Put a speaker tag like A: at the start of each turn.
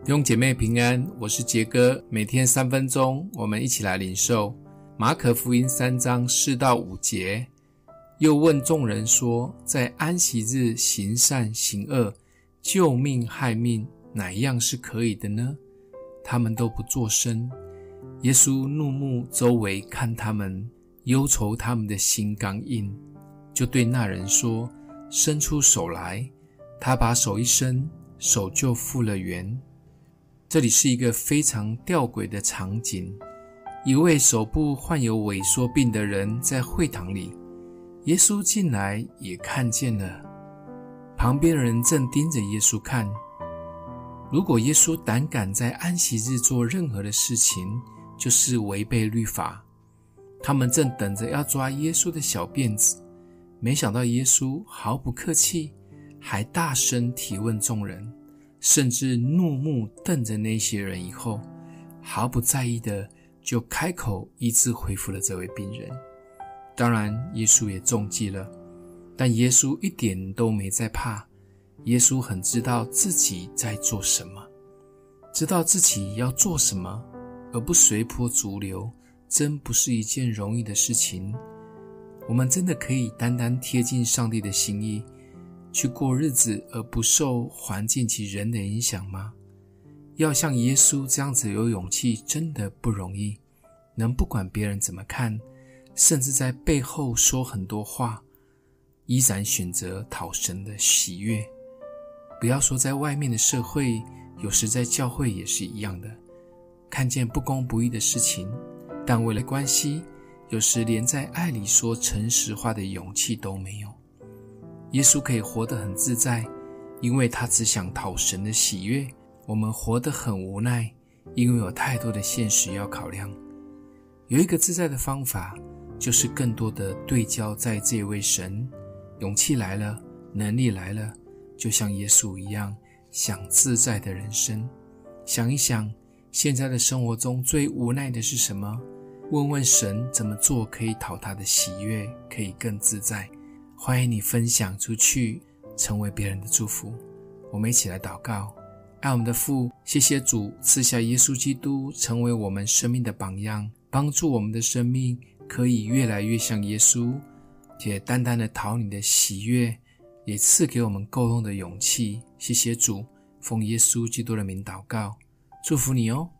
A: 弟兄姐妹平安，我是杰哥，每天3分钟，我们一起来领受马可福音3章4到5节。又问众人说，在安息日行善行恶，救命害命，哪一样是可以的呢？他们都不作声。耶稣怒目周围看他们，忧愁他们的心刚硬，就对那人说，伸出手来。他把手一伸，手就复了原。这里是一个非常吊诡的场景，一位手部患有萎缩病的人在会堂里，耶稣进来也看见了，旁边的人正盯着耶稣看。如果耶稣胆敢在安息日做任何的事情，就是违背律法。他们正等着要抓耶稣的小辫子，没想到耶稣毫不客气，还大声提问众人，甚至怒目瞪着那些人以后，毫不在意的就开口医治恢复了这位病人。当然耶稣也中计了，但耶稣一点都没在怕。耶稣很知道自己在做什么，知道自己要做什么，而不随波逐流，真不是一件容易的事情。我们真的可以单单贴近上帝的心意去过日子，而不受环境及人的影响吗？要像耶稣这样子有勇气，真的不容易。能不管别人怎么看，甚至在背后说很多话，依然选择讨神的喜悦。不要说在外面的社会，有时在教会也是一样的，看见不公不义的事情，但为了关系，有时连在爱里说诚实话的勇气都没有。耶稣可以活得很自在，因为他只想讨神的喜悦。我们活得很无奈，因为有太多的现实要考量。有一个自在的方法，就是更多的对焦在这位神。勇气来了，能力来了，就像耶稣一样，想自在的人生。想一想，现在的生活中最无奈的是什么？问问神怎么做可以讨他的喜悦，可以更自在。欢迎你分享出去，成为别人的祝福。我们一起来祷告。爱我们的父，谢谢主赐下耶稣基督成为我们生命的榜样，帮助我们的生命可以越来越像耶稣，且单单的讨你的喜悦，也赐给我们够用的勇气。谢谢主，奉耶稣基督的名祷告，祝福你哦。